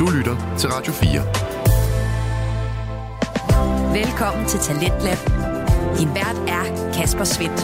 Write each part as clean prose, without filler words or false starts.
Du lytter til Radio 4. Velkommen til Talentlab. Din vært er Kasper Svendt.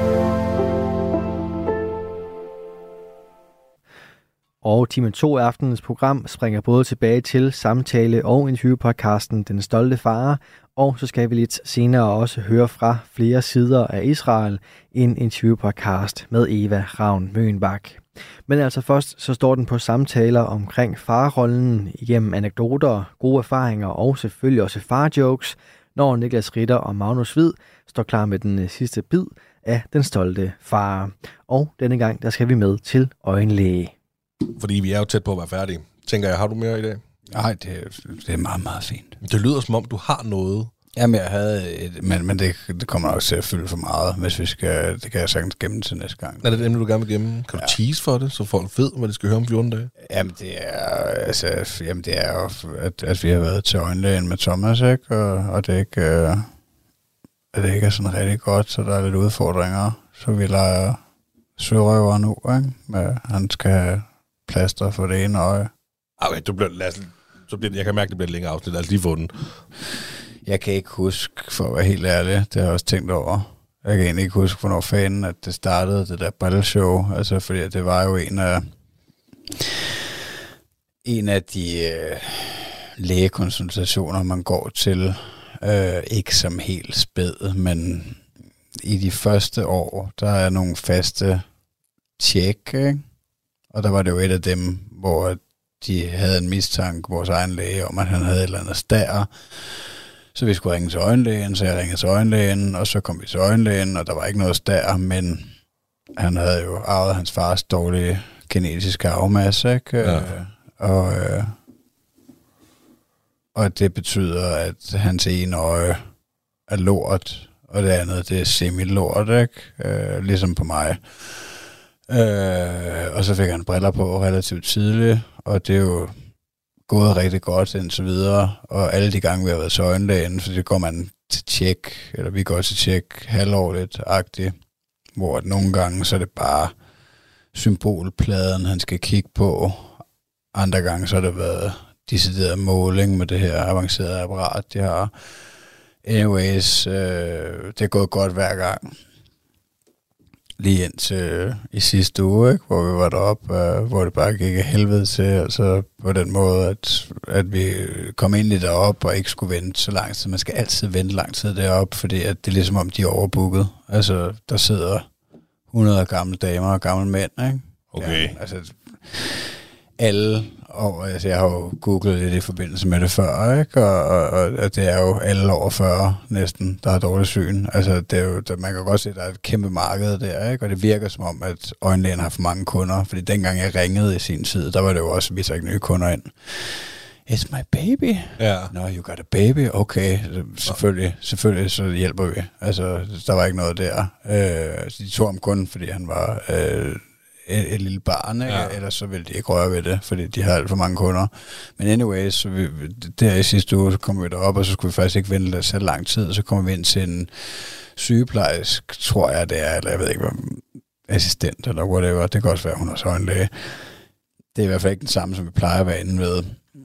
Og time 2 af aftenens program springer både tilbage til samtale- og interviewpodcasten Den Stolte Far, og så skal vi lidt senere også høre fra flere sider af Israel, en interviewpodcast med Eva Ravn Møgenbak. Men altså først så står den på samtaler omkring farrollen igennem anekdoter, gode erfaringer og selvfølgelig også farjokes, når Niklas Ritter og Magnus Hvid står klar med den sidste bid af Den Stolte Far. Og denne gang der skal vi med til øjenlæge. Fordi vi er jo tæt på at være færdige. Tænker jeg, har du mere i dag? Nej, det er meget, meget fint. Det lyder som om, du har noget. Jamen, jeg havde men det kommer også til at fylde for meget, hvis vi skal, det kan jeg sagtens gemme til næste gang. Er det emne, du gerne vil gemme? Kan du tease for det, så folk ved, hvad de skal høre om 14 dage? Jamen, det er jo, at vi har været til øjenlægen med Thomas, ikke? Og det ikke, at det ikke er sådan rigtig godt, så der er lidt udfordringer. Så vi leger sørøver nu, ikke? Men han skal have plaster for det ene øje. Okay, jeg kan mærke, det bliver et længere afsnit. Lad os lige få den. Jeg kan ikke huske, for at være helt ærlig, det har jeg også tænkt over. Jeg kan egentlig ikke huske, hvornår fanden, at det startede, det der brilleshow. Altså, fordi det var jo en af de lægekonsultationer, man går til. Ikke som helt spæd, men i de første år, der er nogle faste tjek, ikke? Og der var det jo et af dem, hvor de havde en mistanke, vores egen læge, om at han havde et eller andet stær. Så vi skulle ringe til øjenlægen, så jeg ringede til øjenlægen, og så kom vi til øjenlægen, og der var ikke noget stær, men han havde jo arvet hans fars dårlige genetiske arvemasse, ikke? Ja. Og det betyder, at hans ene øje er lort, og det andet, det er semi-lort, ikke? Ligesom på mig. Og så fik han briller på relativt tidligt, og det er jo gået rigtig godt indtil videre, og alle de gange, vi har været til øjenlægen, så det går man til tjek, eller vi går til tjek halvårligt-agtigt, hvor nogle gange, så er det bare symbolpladen, han skal kigge på. Andre gange, så har det været decideret måling med det her avancerede apparat, de har. Anyways, det er gået godt hver gang. Lige indtil i sidste uge, ikke? Hvor vi var deroppe, hvor det bare gik af helvede til, altså på den måde, at vi kom ind i deroppe og ikke skulle vente så lang tid. Man skal altid vente lang tid deroppe, fordi at det er ligesom om, de er overbooket. Altså, der sidder 100 gamle damer og gamle mænd, ikke? Okay. Ja, altså, alle, og altså, jeg har jo googlet lidt i forbindelse med det før, ikke? Og det er jo alle over 40 næsten, der har dårlig syn. Altså, det er jo, man kan godt se, at der er et kæmpe marked der, ikke? Og det virker som om, at øjenlægen har for mange kunder, fordi dengang jeg ringede i sin tid, der var det jo også, vi ikke nye kunder ind. It's my baby. Ja. No, you got a baby. Okay, selvfølgelig så hjælper vi. Altså, der var ikke noget der. De tog ham kun, fordi han var et lille barn, ikke? Ja. Ellers så ville de ikke røre ved det, fordi de har alt for mange kunder. Men anyways, så der i sidste uge, så kom vi derop, og så skulle vi faktisk ikke vente det så lang tid. Så kommer vi ind til en sygeplejersk, tror jeg det er, eller jeg ved ikke, hvad, assistent eller whatever. Det kan også være, hun er så en læge. Det er i hvert fald ikke den samme, som vi plejer at være inde ved.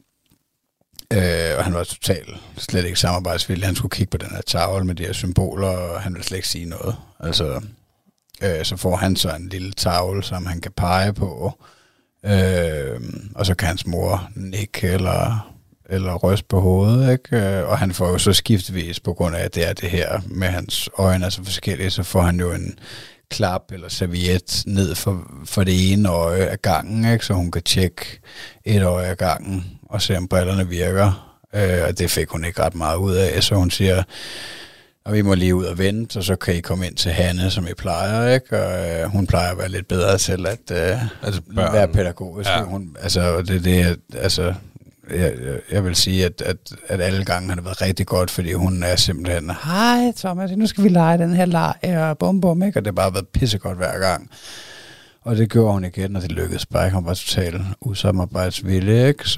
Og han var totalt slet ikke samarbejdsvillig. Han skulle kigge på den her tavle med de her symboler, og han ville slet ikke sige noget. Altså, så får han så en lille tavle, som han kan pege på, og så kan hans mor nikke eller ryste på hovedet, ikke? Og han får jo så skiftevis, på grund af, at det er det her med hans øjne er så forskellige, så får han jo en klap eller serviet ned for det ene øje af gangen, ikke? Så hun kan tjekke et øje af gangen og se, om brillerne virker. Og det fik hun ikke ret meget ud af, så hun siger, og vi må lige ud og vente, og så kan I komme ind til Hanne, som I plejer, ikke? Og hun plejer at være lidt bedre til at være pædagogisk. Ja. Hun, jeg vil sige, at alle gange har det været rigtig godt, fordi hun er simpelthen, hej Thomas, nu skal vi lege den her leg, og bum, ikke? Og det har bare været pissegodt hver gang. Og det gjorde hun igen, og det lykkedes bare ikke. Hun var totalt usamarbejdsvillig, ikke?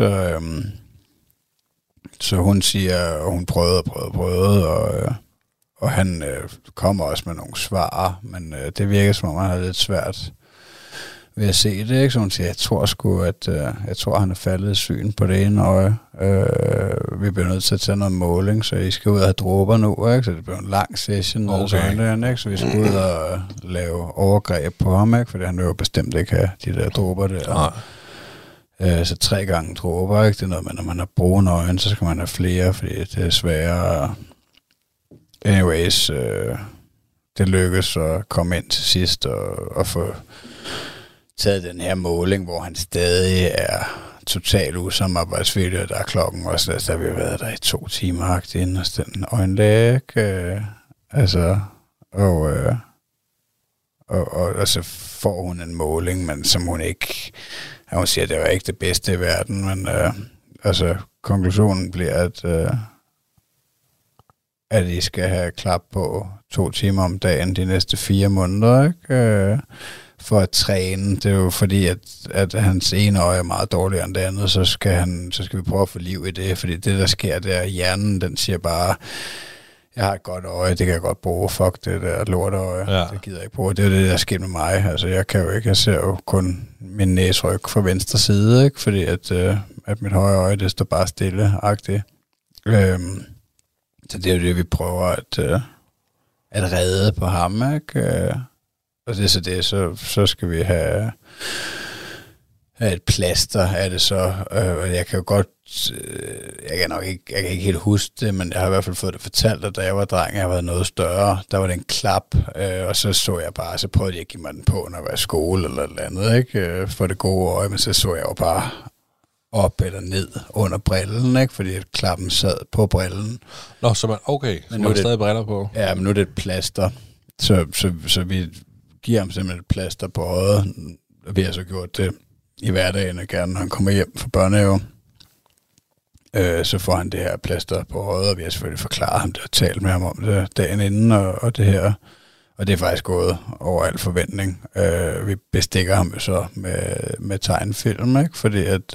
Så hun siger, og hun prøvede, og han kommer også med nogle svar, men det virker som om, han har lidt svært ved at se det, ikke? Så hun siger, jeg tror, han er faldet i syn på det ene øje. Vi bliver nødt til at tage noget måling, så I skal ud og have dråber nu, ikke? Så det bliver en lang session, og sådan der, ikke? Så vi skal ud og lave overgreb på ham, ikke? Fordi han vil jo bestemt ikke have de der dråber der. Så 3 gange dråber, ikke? Det er noget med, når man har brune øjne, så skal man have flere, fordi det er sværere. Anyways, det lykkes at komme ind til sidst og få taget den her måling, hvor han stadig er totalt usamarbejdsvillig, og der er klokken også, altså, der vi har været der i 2 timer inden hos den øjenlæge, ikke? Og så får hun en måling, men som hun ikke, hun siger, det var ikke det bedste i verden, men konklusionen bliver, at I skal have klap på 2 timer om dagen de næste 4 måneder, ikke? For at træne. Det er jo fordi, at hans ene øje er meget dårligere end det andet, så skal vi prøve at få liv i det, fordi det, der sker der, hjernen, den siger bare, jeg har et godt øje, det kan jeg godt bruge, fuck det der lorteøje, det gider jeg ikke bruge. Det er det, der sker med mig. Altså, jeg ser jo kun min næsryg fra venstre side, ikke? Fordi at mit højre øje, det står bare stille-agtigt. Så det er jo det, vi prøver at redde på ham, ikke? Og det er så det, så skal vi have et plaster af det så. Og jeg kan jo godt, jeg kan ikke helt huske det, men jeg har i hvert fald fået det fortalt, at da jeg var dreng, jeg var noget større, der var det en klap, og så jeg bare, så prøvede jeg at give mig den på, når jeg var i skole eller et eller andet, ikke? For det gode øje, men så jeg jo bare op eller ned under brillen, ikke? Fordi at klappen sad på brillen. Nå, så man, okay, så man stadig briller på. Ja, men nu er det et plaster, så vi giver ham simpelthen et plaster på øjet. Vi har så gjort det i hverdagen, og gerne når han kommer hjem fra børnehave. Så får han det her plaster på øjet, og vi har selvfølgelig forklaret ham det og talt med ham om det dagen inden, og det her. Og det er faktisk gået over al forventning. Vi bestikker ham så med tegnefilm, ikke? Fordi at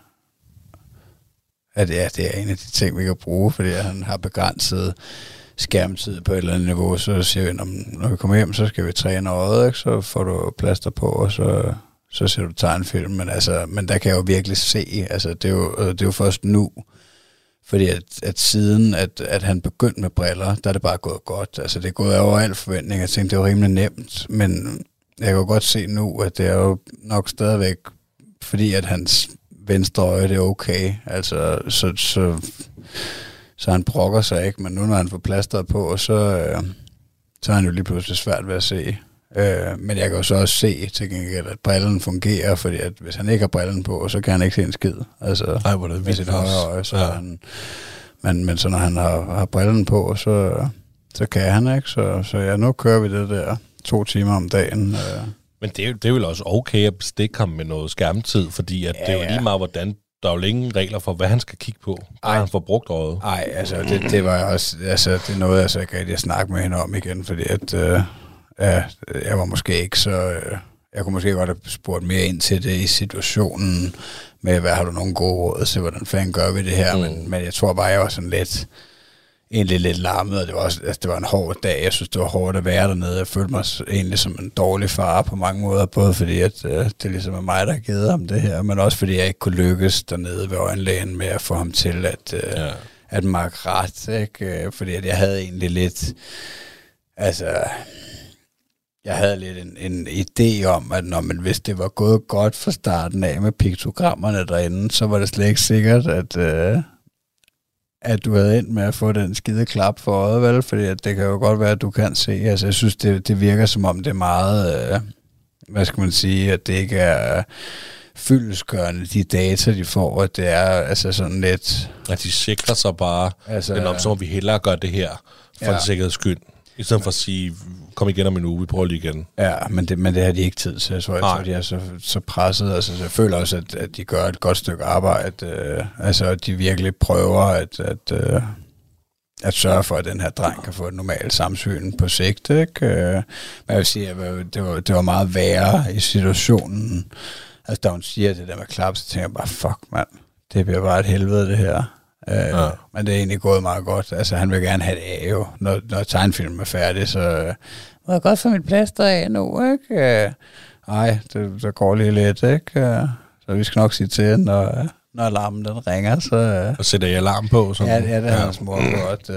det er en af de ting, vi kan bruge, fordi han har begrænset skærmtid på et eller andet niveau, så siger vi, når vi kommer hjem, så skal vi træne øjet, ikke? Så får du plaster på, og så ser du tegnefilm. Men der kan jeg jo virkelig se, altså det er jo først nu, fordi at siden, at han begyndte med briller, der er det bare gået godt. Altså det er gået over al forventning. Jeg tænkte, det var rimelig nemt, men jeg kan jo godt se nu, at det er jo nok stadigvæk, fordi at hans venstre øje, det er okay. Altså, så han brokker sig ikke, men nu når han får plasteret på, så er han jo lige pludselig svært ved at se. Men jeg kan jo så også se til gengæld, at brillen fungerer, fordi at hvis han ikke har brillen på, så kan han ikke se en skid. Altså, hvor det er med sit højre øje, så han, men så når han har brillen på, så kan han ikke. Så ja, nu kører vi det der 2 timer om dagen. Men det er jo også okay at bestikke ham med noget skærmtid, fordi at det er jo lige meget, hvordan der er jo ingen regler for, hvad han skal kigge på, når han får brugt øjet. Nej, altså det var også, altså det er noget, altså jeg kan ikke snakke med hende om igen, fordi at jeg var måske ikke så, jeg kunne måske godt have spurgt mere ind til det i situationen, med hvad har du nogle gode råd til, hvordan fanden gør vi det her, men jeg tror bare, jeg var sådan egentlig lidt larmet, og det var også, altså det var en hård dag. Jeg synes, det var hårdt at være dernede. Jeg følte mig egentlig som en dårlig far på mange måder, både fordi, at det ligesom er mig, der har givet ham det her, men også fordi, jeg ikke kunne lykkes dernede ved øjenlægen med at få ham til at makke ret, ikke? Fordi at jeg havde egentlig lidt, altså, jeg havde lidt en idé om, at hvis det var gået godt fra starten af med piktogrammerne derinde, så var det slet ikke sikkert, at du havde endt med at få den skide klap for øjet, vel? Fordi at det kan jo godt være, at du kan se. Altså, jeg synes, det virker som om, det er meget, hvad skal man sige, at det ikke er fyldestgørende, de data, de får, at det er altså sådan lidt... At de sikrer sig bare, altså, som vi hellere gør det her, for en sikkerheds skyld. I stedet for at sige, kom igen om en uge, vi prøver lige igen. Ja, men det har de ikke tid til. Jeg tror, de er så presset. Altså, jeg føler også, at de gør et godt stykke arbejde. Altså, de virkelig prøver at sørge for, at den her dreng kan få et normalt samsyn på sigt. Ikke? Men jeg vil sige, at det var meget værre i situationen. Altså, da hun siger det der med klap, så tænker jeg bare, fuck mand, det bliver bare et helvede det her. Men det er egentlig gået meget godt. Altså, han vil gerne have det af jo. Når tegnefilmen er færdig, så må jeg godt få mit plaster af nu, ikke? Nej, der går lige lidt, ikke? Så vi skal nok sige til, når alarmen den ringer, så... Og sætter I alarm på? Sådan. Ja, det har hans mor godt.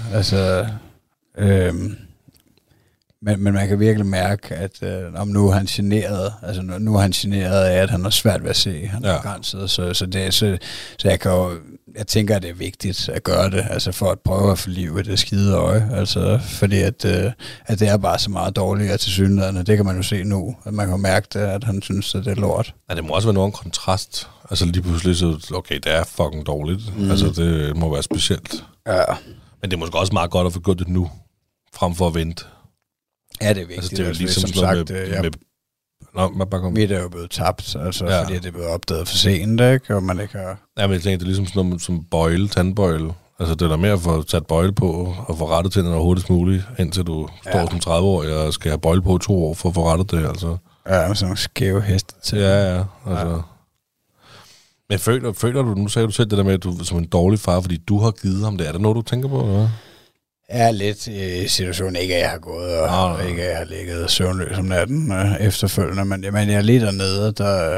Men man kan virkelig mærke, at om nu er han generet, altså nu er han generet af, at han har svært ved at se, han er begrænset, så jeg tænker, at det er vigtigt at gøre det, altså for at prøve at forlive det skide øje, altså fordi at det er bare så meget dårligere til synligheden, det kan man jo se nu, at man kan mærke det, at han synes, at det er lort. Ja, det må også være nogen kontrast, altså lige pludselig så, okay, det er fucking dårligt, altså det må være specielt. Ja. Men det er måske også meget godt at få gjort det nu, frem for at vente. Ja, det er vigtigt. Altså, det er jo ligesom som sagt, mit er jo blevet tabt, altså fordi det er blevet opdaget for sent, ikke? Og man ikke har... Ja, men jeg tænker, det er ligesom sådan noget som tandbøjle. Altså, det er der mere at få sat bøjle på, og få rettet tænderne hurtigst muligt, indtil du står som 30-årig og skal have bøjle på 2 år for at få rettet det, altså. Ja, med sådan nogle skæve heste til. Ja, altså. Ja. Men føler du, nu sagde du selv det der med, at du som en dårlig far, fordi du har givet ham det. Er der noget, du tænker på, eller hvad? Jeg er lidt i situationen, ikke at jeg har gået, og ikke at jeg har ligget søvnløs om natten efterfølgende, men jeg er lige dernede,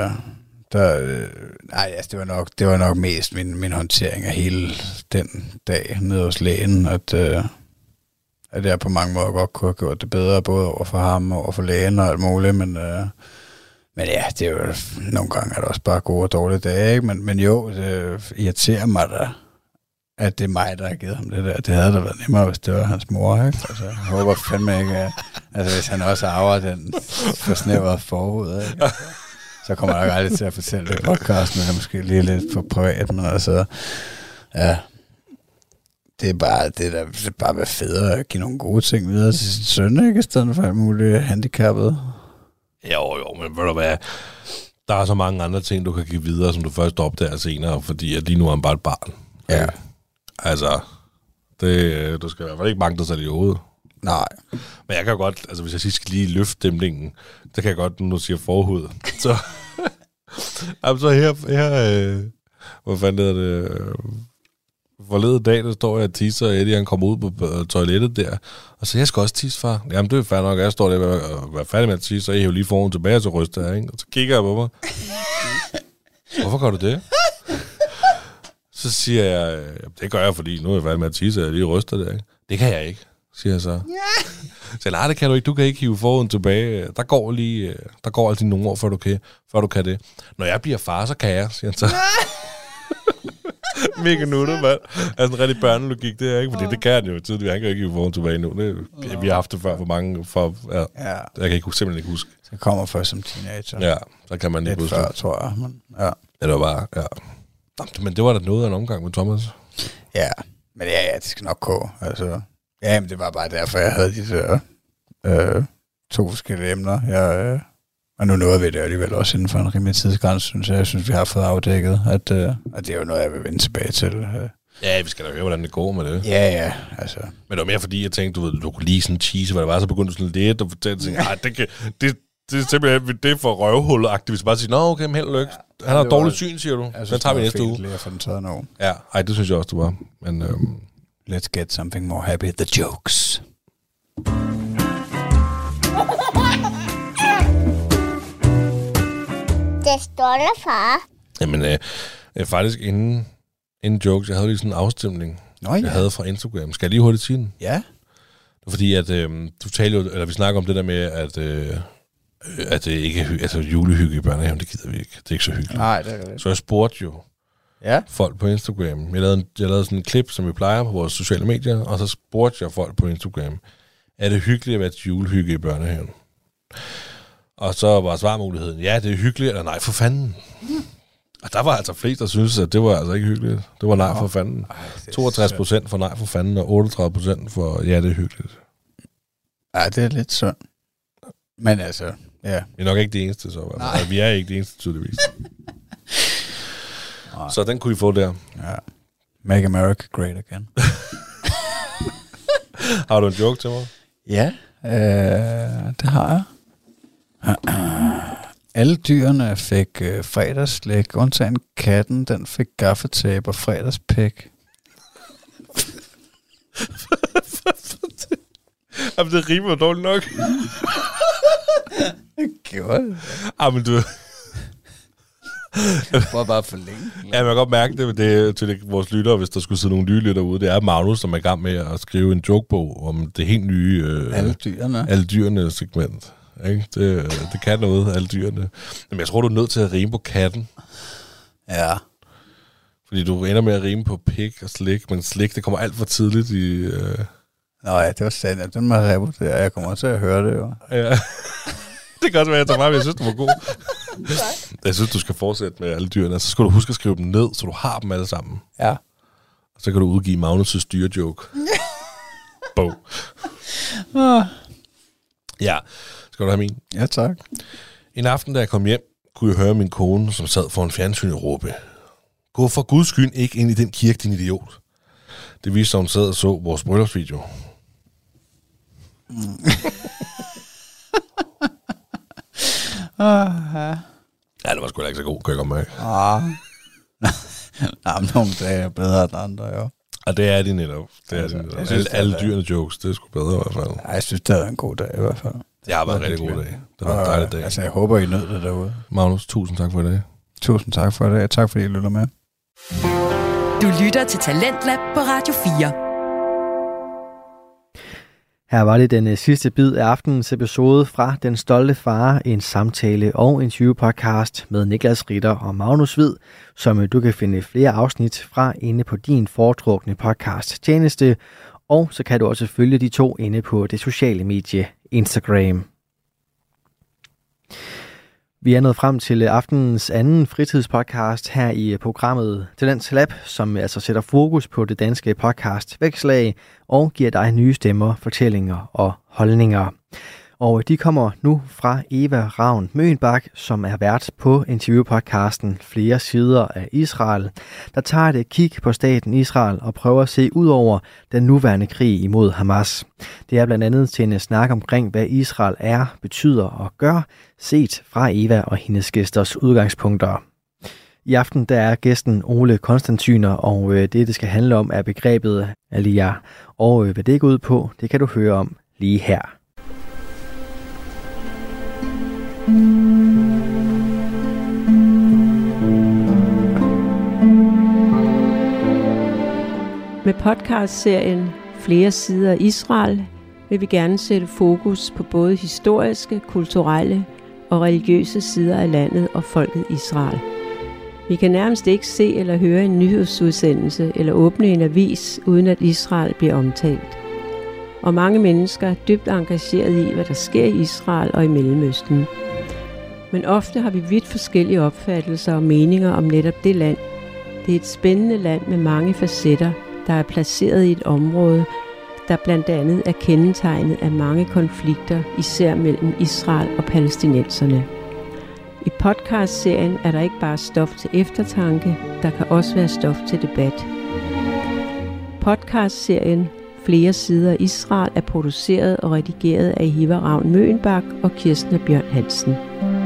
det var nok mest min håndtering af hele den dag nede hos lægen, at jeg på mange måder godt kunne have gjort det bedre, både over for ham og over for lægen og alt muligt, men ja, det er jo nogle gange er det også bare gode og dårlige dage, ikke? Men jo, det irriterer mig da, at det er mig, der har givet ham det der. Det havde da været nemmere, hvis det var hans mor, ikke? Altså, jeg håber fandme ikke, altså hvis han også arver den forsnævrede forhud, ikke? Så kommer jeg nok aldrig til at fortælle det i podcasten, eller måske lige lidt for privat, men altså, ja, det er bare være federe at give nogle gode ting videre til sin søn, ikke? I stedet for alt muligt handicappet. Jo, men ved du hvad, der er så mange andre ting, du kan give videre, som du først opdager senere, fordi at lige nu er han bare et barn. Ja. Altså, du skal i hvert fald ikke mangle sig det i hovedet. Nej. Men jeg kan godt, altså hvis jeg skal lige løfte dæmningen, så kan jeg godt, nu siger forhud. Så, så her hvor fanden hedder det, forleden dag, der står jeg og tisser, og Eddie han kommer ud på toilettet der, og så jeg skal også tisse, far. Jamen det er fair nok, jeg står der og være færdig med at tisse, så jeg jo lige foran tilbage, så ryster jeg, ikke? Og så kigger jeg på mig. Hvorfor gør du det? Så siger jeg, det gør jeg, fordi nu er jeg færdig med at tisse, og jeg lige ryster det, ikke? Det kan jeg ikke, siger jeg så. Så nej, det kan du ikke. Du kan ikke hive foden tilbage. Der går altid nogle år, før du kan det. Når jeg bliver far, så kan jeg, siger han så. Mega nuttet, mand. Altså en rigtig børnelogik, det er ikke, fordi det kan han jo tidligere. Han kan ikke hive foden tilbage nu. Vi har haft det før for mange. Jeg kan simpelthen ikke huske. Så kommer først som teenager. Ja, så kan man ikke huske. Lidt før, tror jeg. Men, ja. Det var bare, ja. Men det var da noget af en omgang med Thomas. Ja, men ja, det skal nok gå. Altså, ja, men det var bare derfor, jeg havde de der 2 forskellige emner. Og nu nåede vi det alligevel også inden for en rimelig tidsgrænse, synes jeg. Jeg synes, vi har fået afdækket, at det er jo noget, jeg vil vende tilbage til. Ja, vi skal da høre, hvordan det går med det. Ja, altså. Men det var mere fordi, jeg tænkte, du kunne lige sådan cheese, hvad det var, så begyndte du sådan lidt at fortælle, nej, det er simpelthen det er for røvhullet-agtigt. Hvis du bare siger, nå, okay, held og lykke. Han har dårligt syn, siger du. Den tager vi næste uge. Lige at få den taget nu. Ja, det synes jeg også, det var. Men, let's get something more happy. The jokes. Det stolte far. Jamen, faktisk inden jokes, jeg havde lige sådan en afstemning, jeg havde fra Instagram. Skal jeg lige hurtigt sige den? Ja. Det var fordi, at du taler jo, eller vi snakker om det der med, at det ikke er altså julehygge i børnehaven, det gider vi ikke. Det er ikke så hyggeligt. Nej, det er det. Så jeg spurgte jo folk på Instagram. Jeg lavede sådan en klip, som vi plejer på vores sociale medier, og så spurgte jeg folk på Instagram, er det hyggeligt at være til julehygge i børnehaven? Og så var svarmuligheden, ja, det er hyggeligt, eller nej, for fanden. Og der var altså flest, der synes, at det var altså ikke hyggeligt. Det var nej for fanden. 62% for nej for fanden, og 38% for ja, det er hyggeligt. Ja, det er lidt synd. Men altså, ja. Vi er nok ikke det eneste, så. Altså, vi er ikke det eneste, tydeligvis. Så den kunne I få der. Ja. Make America Great Again. Har du en joke til mig? Ja, det har jeg. Alle dyrene fik fredagsslæg, undtagen katten, den fik gaffetape og fredagspæk. Jamen, det rimer dårligt nok. Gjorde men du... Prøv bare for længe. Ja, man kan godt mærke det, til vores lyttere, hvis der skulle sidde nogle nye lytter ude. Det er Magnus, som er i gang med at skrive en jokebog om det helt nye... Alle dyrene segment. Ikke? Det kan noget, alle dyrene. Men jeg tror, du er nødt til at rime på katten. Ja. Fordi du ender med at rime på pik og slik, men slik, det kommer alt for tidligt i... Nå ja, det var sandt. Den må jeg revurdere. Jeg kommer også til at høre det, jo. Ja. Det kan også være, at jeg tager meget, men jeg synes, du var god. Jeg synes, du skal fortsætte med alle dyrene. Så skal du huske at skrive dem ned, så du har dem alle sammen. Ja. Og så kan du udgive Magnus' dyrejoke. Bog. Ja. Skal du have min? Ja, tak. En aften, da jeg kom hjem, kunne jeg høre min kone, som sad foran fjernsynet, råbe: "Gå for Guds skyld ikke ind i den kirke, din idiot." Det viste sig, hun sad og så vores bryllupsvideo. Ja, det var sgu da ikke så god, kan jeg godt mærke. Nej, men nogle dage er bedre end andre, jo. Og det er de netop. Alle dyrene jokes, det er sgu bedre i hvert fald. Ja, jeg synes, det var en god dag i hvert fald. Det har været en rigtig god dag. Det var en dejlig dag. Altså, jeg håber, I nød det derude. Magnus, tusind tak for i dag. Tusind tak for det. Tak fordi I lytter med. Du lytter til Talentlab på Radio 4. Her var det den sidste bid af aftenens episode fra Den Stolte Far, en samtale- og interviewpodcast med Niklas Ritter og Magnus Hvid, som du kan finde flere afsnit fra inde på din foretrukne podcast-tjeneste, og så kan du også følge de to inde på det sociale medie Instagram. Vi er nået frem til aftenens anden fritidspodcast her i programmet Talentlab, som altså sætter fokus på det danske podcast Vækslag og giver dig nye stemmer, fortællinger og holdninger. Og de kommer nu fra Eva Ravn Møhenbak, som er vært på interviewpodcasten Flere Sider af Israel, der tager et kig på staten Israel og prøver at se ud over den nuværende krig imod Hamas. Det er blandt andet til en snak omkring, hvad Israel er, betyder og gør, set fra Eva og hendes gæsters udgangspunkter. I aften der er gæsten Ole Konstantyner, og det skal handle om er begrebet aliyah. Og hvad det går ud på, det kan du høre om lige her. Med podcastserien Flere Sider af Israel vil vi gerne sætte fokus på både historiske, kulturelle og religiøse sider af landet og folket Israel. Vi kan nærmest ikke se eller høre en nyhedsudsendelse eller åbne en avis, uden at Israel bliver omtalt. Og mange mennesker er dybt engageret i, hvad der sker i Israel og i Mellemøsten. Men ofte har vi vidt forskellige opfattelser og meninger om netop det land. Det er et spændende land med mange facetter, der er placeret i et område, der blandt andet er kendetegnet af mange konflikter, især mellem Israel og palæstinenserne. I podcastserien er der ikke bare stof til eftertanke, der kan også være stof til debat. Podcastserien Flere Sider af Israel er produceret og redigeret af Eva Ravn Møhenbak og Kirsten Bjørn Hansen.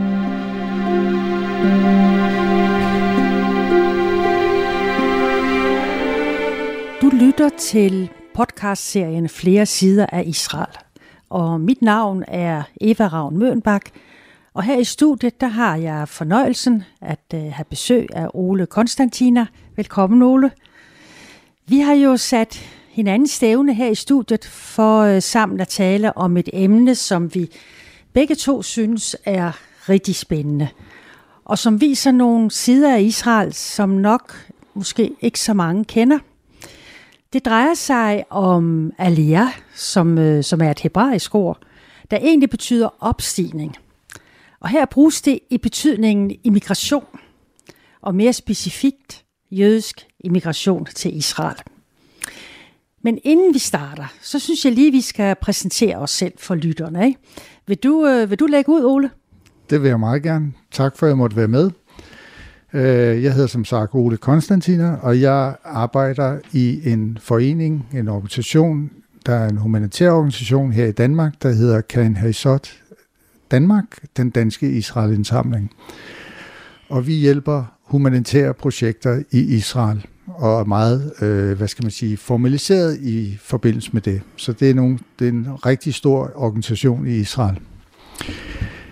Du lytter til podcastserien Flere Sider af Israel, og mit navn er Eva Ravn Møhenbak, og her i studiet der har jeg fornøjelsen at have besøg af Ole Konstantyner. Velkommen, Ole. Vi har jo sat hinandens stævne her i studiet for sammen at tale om et emne, som vi begge to synes er rigtig spændende, og som viser nogle sider af Israel, som nok måske ikke så mange kender. Det drejer sig om aliyah, som er et hebraisk ord, der egentlig betyder opstigning. Og her bruges det i betydningen immigration, og mere specifikt jødisk immigration til Israel. Men inden vi starter, så synes jeg lige, vi skal præsentere os selv for lytterne. Ikke? Vil du lægge ud, Ole? Det vil jeg meget gerne. Tak for, at jeg måtte være med. Jeg hedder som sagt Ole Konstantyner, og jeg arbejder i en forening, en organisation, der er en humanitær organisation her i Danmark, der hedder Kan Haysot Danmark, den danske Israel-indsamling. Og vi hjælper humanitære projekter i Israel, og er meget, formaliseret i forbindelse med det. Så det er en rigtig stor organisation i Israel.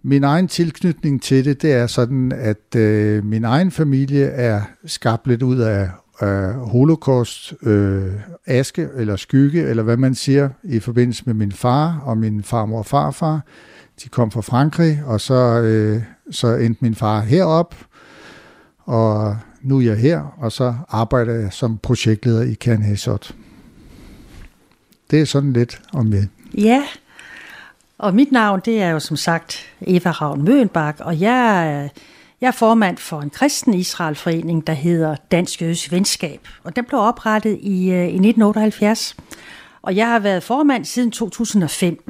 Min egen tilknytning til det er sådan, at min egen familie er skabt lidt ud af holocaust, aske eller skygge, eller hvad man siger, i forbindelse med min far og min farmor og farfar. De kom fra Frankrig, og så endte min far herop, og nu er jeg her, og så arbejder jeg som projektleder i Kernhæsot. Det er sådan lidt om det. Ja, og mit navn, det er jo som sagt Eva Ravn Møenbak, og jeg er formand for en kristen Israel-forening, der hedder Dansk Jødisk Venskab, og den blev oprettet i 1978, og jeg har været formand siden 2005.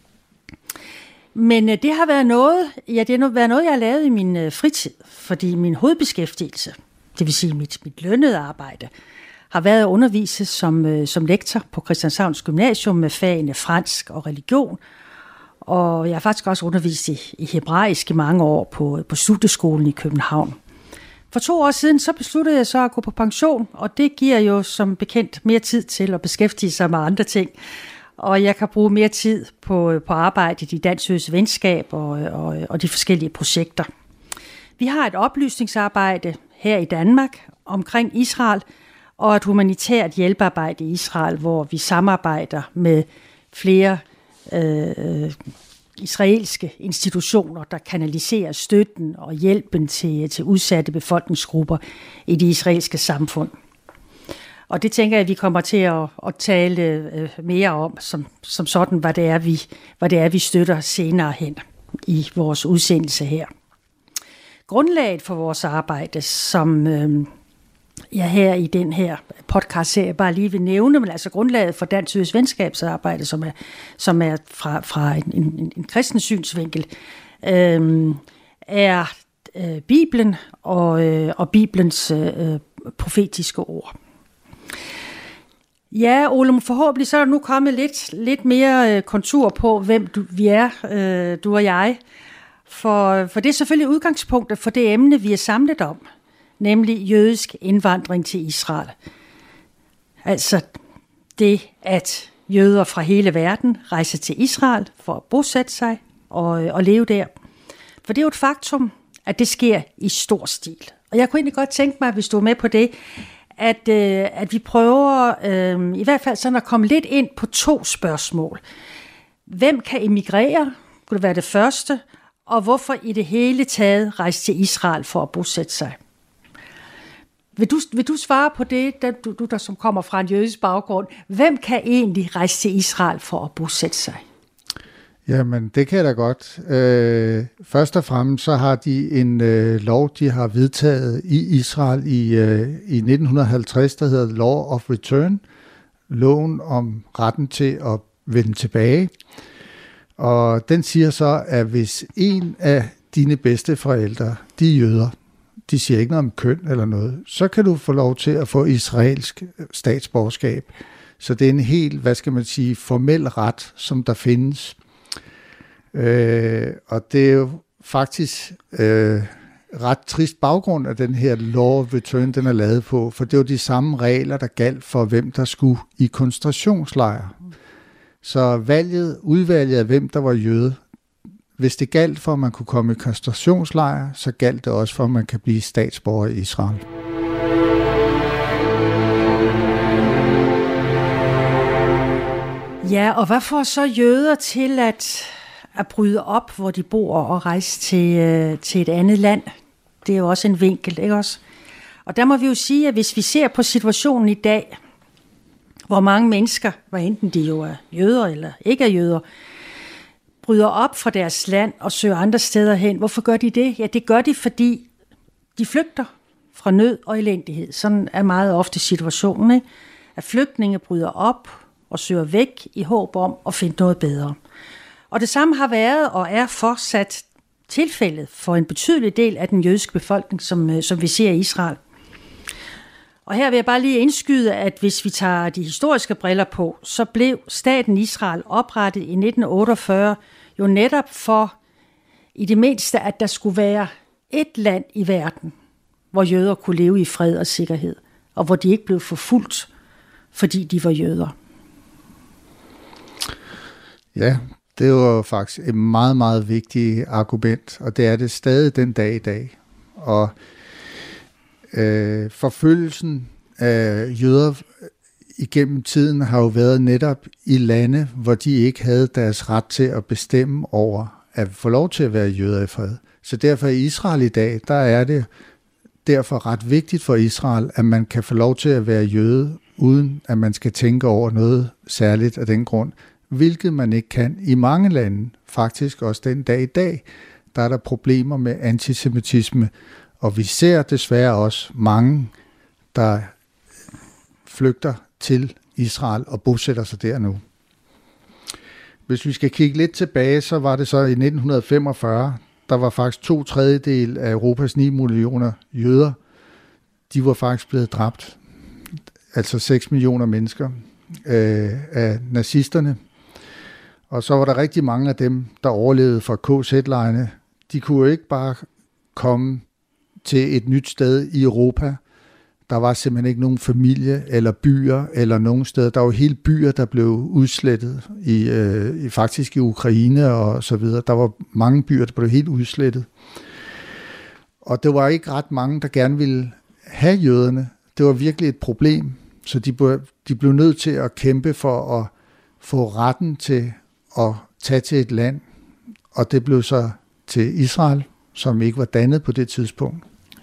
Men det har været noget, jeg har lavet i min fritid, fordi min hovedbeskæftigelse, det vil sige mit lønnede arbejde, har været at undervise som lektor på Christianshavns Gymnasium med fagene fransk og religion. Og jeg har faktisk også undervist i hebraisk i mange år på studieskolen i København. For 2 år siden så besluttede jeg så at gå på pension, og det giver jo som bekendt mere tid til at beskæftige sig med andre ting. Og jeg kan bruge mere tid på arbejdet i Dansk Jødisk Venskab og de forskellige projekter. Vi har et oplysningsarbejde her i Danmark omkring Israel, og et humanitært hjælpearbejde i Israel, hvor vi samarbejder med flere israelske institutioner, der kanaliserer støtten og hjælpen til udsatte befolkningsgrupper i det israelske samfund. Og det tænker jeg, vi kommer til at tale mere om, som sådan, hvad det er, vi støtter senere hen i vores udsendelse her. Grundlaget for vores arbejde, som jeg her i den her podcast-serie bare lige vil nævne, men altså grundlaget for Dansk Jødisk Venskabsarbejde, som er fra en kristen synsvinkel, er Bibelen og Bibelens profetiske ord. Ja, Ole, forhåbentlig så er der nu kommet lidt mere kontur på, hvem vi er, du og jeg. For det er selvfølgelig udgangspunktet for det emne, vi er samlet om, nemlig jødisk indvandring til Israel. Altså det, at jøder fra hele verden rejser til Israel for at bosætte sig og leve der. For det er jo et faktum, at det sker i stor stil. Og jeg kunne egentlig godt tænke mig, hvis du er med på det, at vi prøver i hvert fald sådan at komme lidt ind på 2 spørgsmål. Hvem kan emigrere? Kunne det være det første? Og hvorfor i det hele taget rejse til Israel for at bosætte sig? Vil du svare på det, du der som kommer fra en jødisk baggrund? Hvem kan egentlig rejse til Israel for at bosætte sig? Jamen, det kan jeg da godt. Først og fremmest så har de en lov, de har vedtaget i Israel i 1950, der hedder Law of Return, loven om retten til at vende tilbage. Og den siger så, at hvis en af dine bedsteforældre, de er jøder, de siger ikke noget om køn eller noget, så kan du få lov til at få israelsk statsborgerskab. Så det er en helt, formel ret, som der findes. Og det er jo faktisk ret trist baggrund af den her Law of Return, den er lavet på, for det var de samme regler, der galt for hvem der skulle i koncentrationslejre. Så udvalget af hvem der var jøde, hvis det galt for, at man kunne komme i koncentrationslejre, så galt det også for, at man kan blive statsborger i Israel. Ja, og hvad får så jøder til at bryde op, hvor de bor, og rejse til et andet land? Det er jo også en vinkel, ikke også? Og der må vi jo sige, at hvis vi ser på situationen i dag, hvor mange mennesker, hvad enten de jo er jøder eller ikke er jøder, bryder op fra deres land og søger andre steder hen. Hvorfor gør de det? Ja, det gør de, fordi de flygter fra nød og elendighed. Sådan er meget ofte situationen, ikke? At flygtninge bryder op og søger væk i håb om at finde noget bedre. Og det samme har været og er fortsat tilfældet for en betydelig del af den jødiske befolkning, som vi ser i Israel. Og her vil jeg bare lige indskyde, at hvis vi tager de historiske briller på, så blev staten Israel oprettet i 1948 jo netop for i det mindste, at der skulle være et land i verden, hvor jøder kunne leve i fred og sikkerhed, og hvor de ikke blev forfulgt, fordi de var jøder. Ja, Det var faktisk et meget, meget vigtigt argument, og det er det stadig den dag i dag. Og forfølgelsen af jøder igennem tiden har jo været netop i lande, hvor de ikke havde deres ret til at bestemme over at få lov til at være jøder i fred. Så derfor i Israel i dag, der er det derfor ret vigtigt for Israel, at man kan få lov til at være jøde, uden at man skal tænke over noget særligt af den grund, hvilket man ikke kan i mange lande. Faktisk også den dag i dag, der er der problemer med antisemitisme, og vi ser desværre også mange, der flygter til Israel og bosætter sig der nu. Hvis vi skal kigge lidt tilbage, så var det så i 1945, der var faktisk 2/3 af Europas 9 millioner jøder, de var faktisk blevet dræbt. Altså 6 millioner mennesker af nazisterne. Og så var der rigtig mange af dem, der overlevede fra KZ-lejrene. De kunne jo ikke bare komme til et nyt sted i Europa. Der var simpelthen ikke nogen familie eller byer eller nogen steder. Der var hele byer, der blev udslettet, faktisk i Ukraine og så videre. Der var mange byer, der blev helt udslettet. Og det var ikke ret mange, der gerne ville have jøderne. Det var virkelig et problem. Så de blev nødt til at kæmpe for at få retten til at tage til et land. Og det blev så til Israel, som ikke var dannet på det tidspunkt.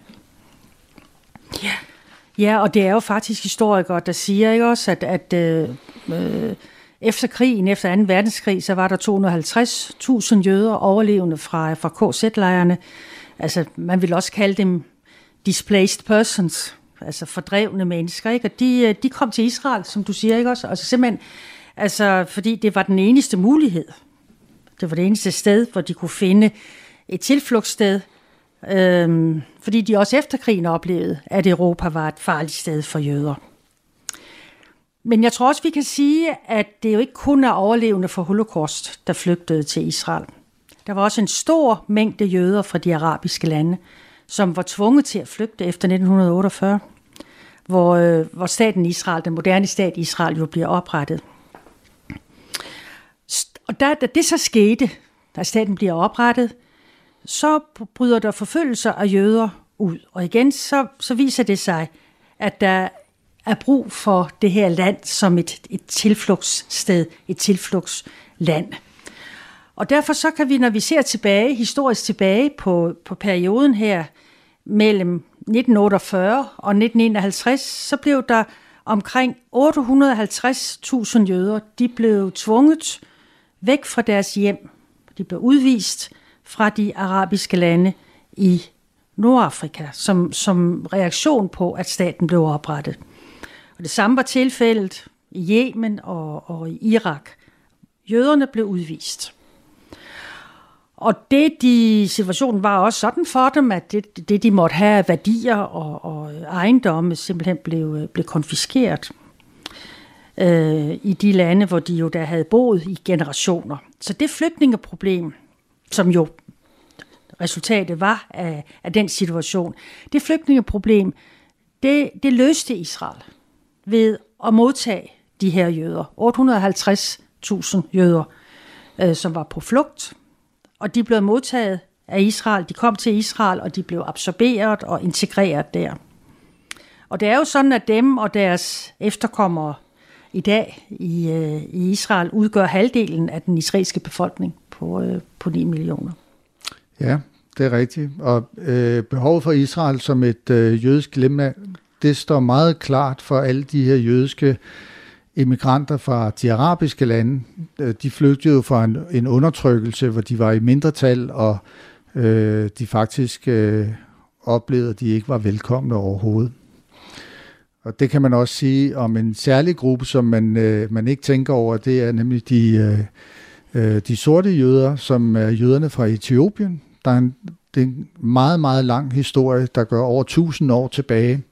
Ja, og det er jo faktisk historikere, der siger ikke også, at efter krigen, efter 2. verdenskrig, så var der 250.000 jøder overlevende fra KZ-lejrene. Altså, man vil også kalde dem displaced persons, altså fordrevne mennesker, ikke? Og de kom til Israel, som du siger, ikke også? Altså simpelthen, altså, fordi det var den eneste mulighed. Det var det eneste sted, hvor de kunne finde et tilflugtssted, fordi de også efter krigen oplevede, at Europa var et farligt sted for jøder. Men jeg tror også, vi kan sige, at det jo ikke kun er overlevende for Holocaust, der flygtede til Israel. Der var også en stor mængde jøder fra de arabiske lande, som var tvunget til at flygte efter 1948, hvor staten Israel, den moderne stat Israel, jo bliver oprettet. Og da det så skete, da staten bliver oprettet, så bryder der forfølgelser af jøder ud. Og igen, så viser det sig, at der er brug for det her land som et tilflugtssted, et tilflugtsland. Og derfor så kan vi, når vi ser tilbage, historisk tilbage på perioden her mellem 1948 og 1951, så blev der omkring 850.000 jøder, de blev tvunget væk fra deres hjem. De blev udvist fra de arabiske lande i Nordafrika, som reaktion på, at staten blev oprettet. Og det samme var tilfældet i Yemen og i Irak. Jøderne blev udvist. Og situationen var også sådan for dem, at det de måtte have af værdier og ejendomme simpelthen blev konfiskeret i de lande, hvor de jo der havde boet i generationer. Så det flygtningeproblem, som jo resultatet var af den situation, det flygtningeproblem, det løste Israel ved at modtage de her jøder. 850.000 jøder, som var på flugt, og de blev modtaget af Israel. De kom til Israel, og de blev absorberet og integreret der. Og det er jo sådan, at dem og deres efterkommere i dag i Israel udgør halvdelen af den israelske befolkning på 9 millioner. Ja, det er rigtigt. Og behovet for Israel som et jødisk hjemland, det står meget klart for alle de her jødiske immigranter fra de arabiske lande. De flygtede jo fra en undertrykkelse, hvor de var i mindretal, og de faktisk oplevede, at de ikke var velkomne overhovedet. Og det kan man også sige om en særlig gruppe, som man ikke tænker over, det er nemlig de sorte jøder, som er jøderne fra Etiopien. Det er en meget, meget lang historie, der går over 1000 år tilbage.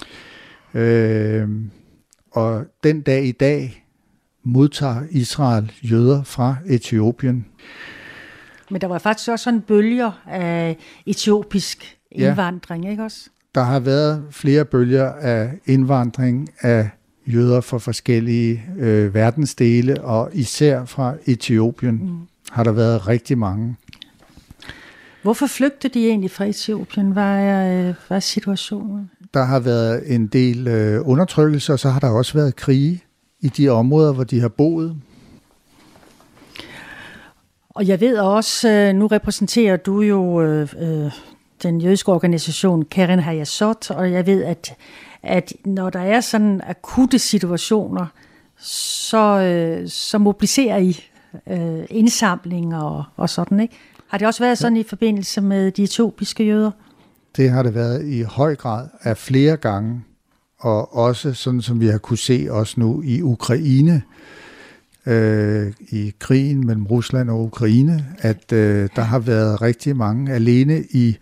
Og den dag i dag modtager Israel jøder fra Etiopien. Men der var faktisk også sådan bølger af etiopisk indvandring, ikke også? Der har været flere bølger af indvandring af jøder fra forskellige verdensdele, og især fra Etiopien. har der været rigtig mange. Hvorfor flygtede de egentlig fra Etiopien? Hvad er situationen? Der har været en del undertrykkelse, og så har der også været krige i de områder, hvor de har boet. Og jeg ved også, nu repræsenterer du jo den jødiske organisation Keren Hayasot, og jeg ved, at når der er sådan akutte situationer, så mobiliserer I indsamlinger og sådan, ikke? Har det også været sådan i forbindelse med de etiopiske jøder? Det har det været i høj grad af flere gange, og også sådan som vi har kunne se også nu i Ukraine, i krigen mellem Rusland og Ukraine, at der har været rigtig mange. Alene i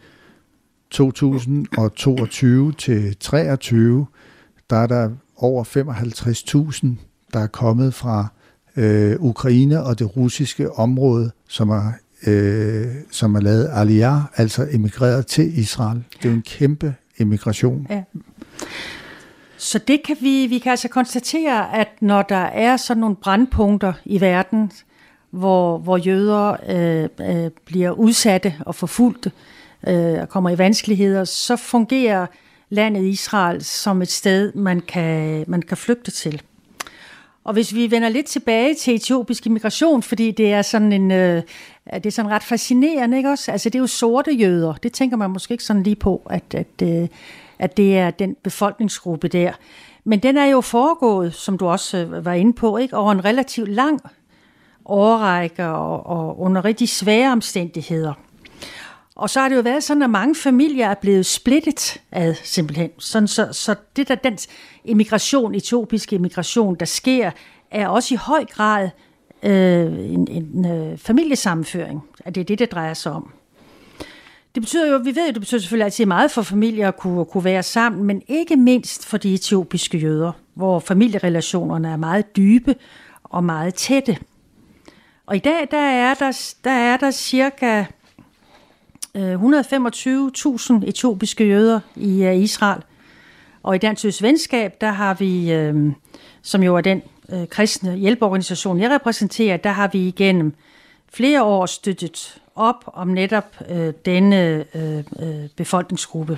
2022 til 2023, der er der over 55.000, der er kommet fra Ukraine og det russiske område, som er lavet aliyah, altså emigreret til Israel. Det er jo en kæmpe emigration. Ja. Så det kan vi kan altså konstatere, at når der er sådan nogle brandpunkter i verden, hvor jøder bliver udsatte og forfulgte og kommer i vanskeligheder, så fungerer landet Israel som et sted, man kan flygte til. Og hvis vi vender lidt tilbage til etiopisk immigration, fordi det er sådan det er sådan ret fascinerende, ikke også? Altså det er jo sorte jøder. Det tænker man måske ikke sådan lige på, at det er den befolkningsgruppe der. Men den er jo foregået, som du også var inde på, ikke, over en relativt lang årrække og under rigtig svære omstændigheder. Og så har det jo været sådan, at mange familier er blevet splittet ad simpelthen. Sådan, så det der den etiopiske immigration, der sker, er også i høj grad en familiesammenføring. At det er det drejer sig om. Det betyder jo, vi ved jo, det betyder selvfølgelig altid meget for familier at kunne være sammen, men ikke mindst for de etiopiske jøder, hvor familierelationerne er meget dybe og meget tætte. Og i dag, der er der cirka 125.000 etiopiske jøder i Israel. Og i Dansk Jødisk Venskab, der har vi, som jo er den kristne hjælpeorganisation, jeg repræsenterer, der har vi igennem flere år støttet op om netop denne befolkningsgruppe.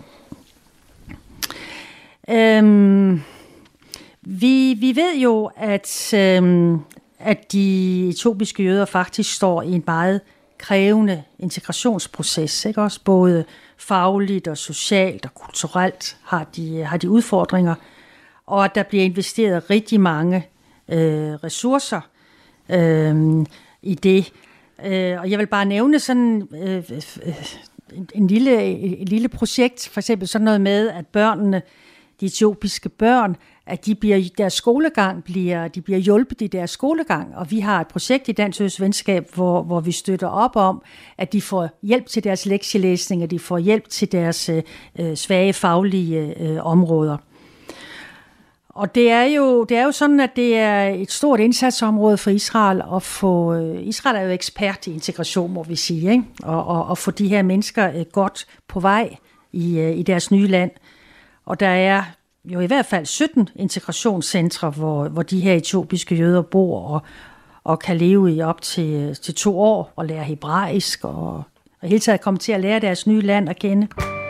Vi ved jo, at de etiopiske jøder faktisk står i en meget krævende integrationsproces, ikke også? Både fagligt og socialt og kulturelt har de udfordringer, og at der bliver investeret rigtig mange ressourcer i det. Og jeg vil bare nævne sådan et lille projekt, for eksempel sådan noget med, at børnene, de etiopiske børn, at de bliver hjulpet i deres skolegang, og vi har et projekt i Dansk Jødisk Venskab, hvor vi støtter op om, at de får hjælp til deres lektielæsning, og de får hjælp til deres svage faglige områder. Og det er jo sådan, at det er et stort indsatsområde for Israel, Israel er jo ekspert i integration, må vi sige, ikke? Og få de her mennesker godt på vej i deres nye land. Og der er jo i hvert fald 17 integrationscentre, hvor de her etiopiske jøder bor og kan leve i op til 2 år og lære hebraisk og hele taget komme til at lære deres nye land at kende.